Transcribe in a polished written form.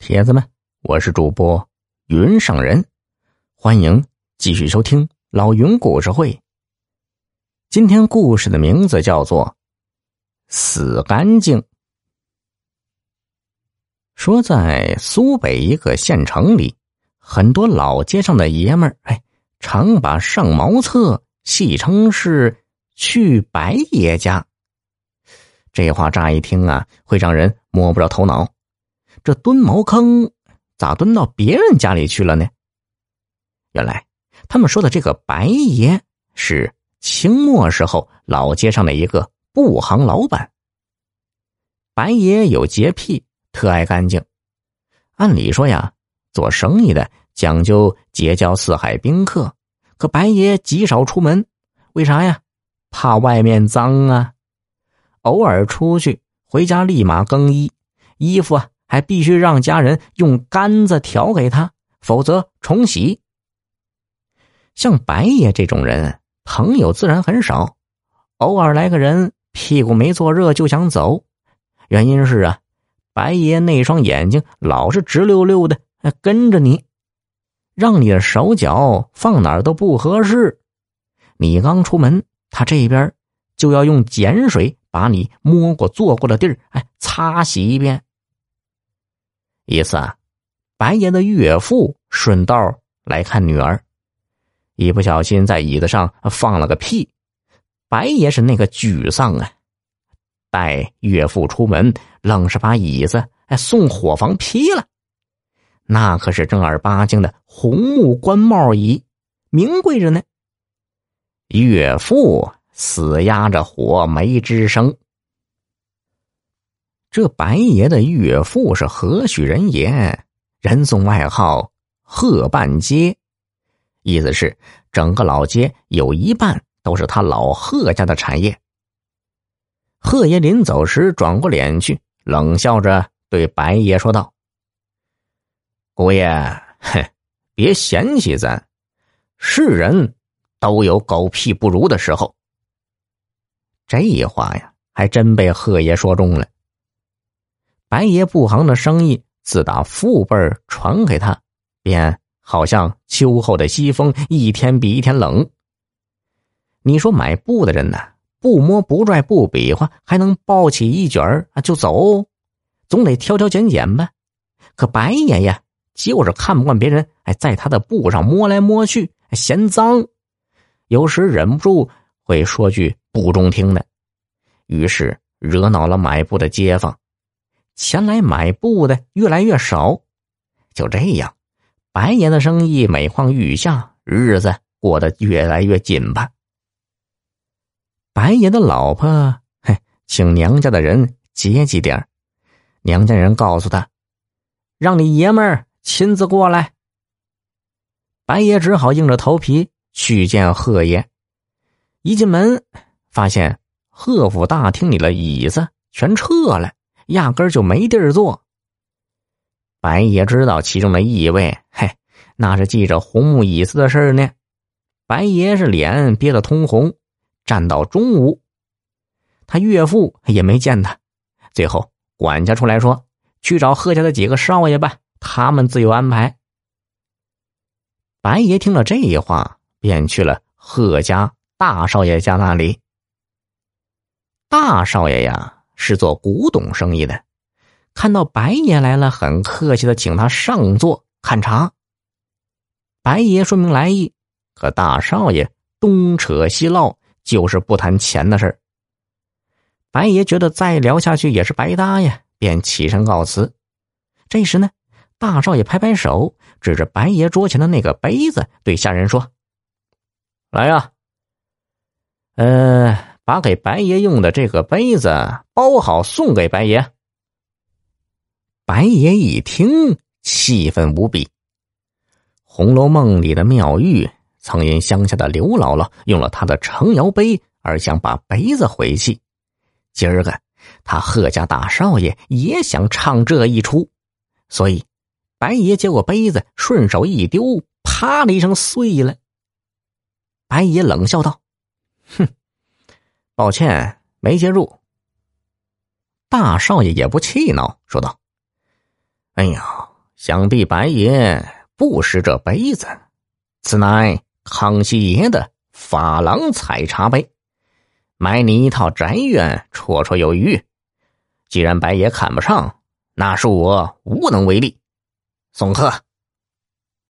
铁子们，我是主播云上人，欢迎继续收听老云故事会。今天故事的名字叫做死干净。说在苏北一个县城里，很多老街上的爷们儿常把上茅厕戏称是去白爷家。这话乍一听会让人摸不着头脑，这蹲茅坑咋蹲到别人家里去了呢？原来他们说的这个白爷是清末时候老街上的一个布行老板。白爷有洁癖，特爱干净。按理说做生意的讲究结交四海宾客，可白爷极少出门，为啥呀？怕外面脏啊。偶尔出去回家立马更衣，衣服还必须让家人用杆子挑给他，否则重洗。像白爷这种人，朋友自然很少，偶尔来个人屁股没坐热就想走，原因是白爷那双眼睛老是直溜溜的跟着你，让你的手脚放哪儿都不合适。你刚出门，他这边就要用碱水把你摸过坐过的地儿擦洗一遍。一次白爷的岳父顺道来看女儿，一不小心在椅子上放了个屁，白爷是那个沮丧带岳父出门，愣是把椅子送伙房批了。那可是正儿八经的红木官帽椅，名贵着呢。岳父死压着火没吱声。这白爷的岳父是何许人也？人送外号贺半街，意思是整个老街有一半都是他老贺家的产业。贺爷临走时转过脸去，冷笑着对白爷说道：姑爷，别嫌弃咱，是人都有狗屁不如的时候。这话还真被贺爷说中了。白爷布行的生意自打父辈传给他，便好像秋后的西风，一天比一天冷。你说买布的人不摸不拽不比划，还能抱起一卷就走，总得挑挑拣拣吧。可白爷就是看不惯别人在他的布上摸来摸去，嫌脏，有时忍不住会说句不中听的，于是惹恼了买布的街坊，前来买布的越来越少。就这样，白爷的生意每况愈下，日子过得越来越紧巴。白爷的老婆请娘家的人接济点，娘家人告诉他，让你爷们儿亲自过来。白爷只好硬着头皮去见贺爷。一进门发现贺府大厅里的椅子全撤了，压根儿就没地儿坐。白爷知道其中的意味，那是记着红木椅子的事呢。白爷是脸憋得通红，站到中午。他岳父也没见他，最后管家出来说，去找贺家的几个少爷吧，他们自有安排。白爷听了这话，便去了贺家大少爷家那里。大少爷是做古董生意的，看到白爷来了，很客气的请他上座看茶。白爷说明来意，可大少爷东扯西唠，就是不谈钱的事儿。白爷觉得再聊下去也是白搭呀，便起身告辞。这时呢，大少爷拍拍手，指着白爷桌前的那个杯子，对下人说：来把给白爷用的这个杯子包好送给白爷。白爷一听，气愤无比。《红楼梦》里的妙玉曾因乡下的刘姥姥用了他的程窑杯而想把杯子毁弃，今儿个他贺家大少爷也想唱这一出，所以白爷接过杯子，顺手一丢，啪的一声碎了。白爷冷笑道：抱歉，没接住。大少爷也不气恼，说道：哎呀， 想必白爷不识这杯子，此乃康熙爷的珐琅采茶杯，买你一套宅院绰绰有余。既然白爷看不上，那恕我无能为力。送客。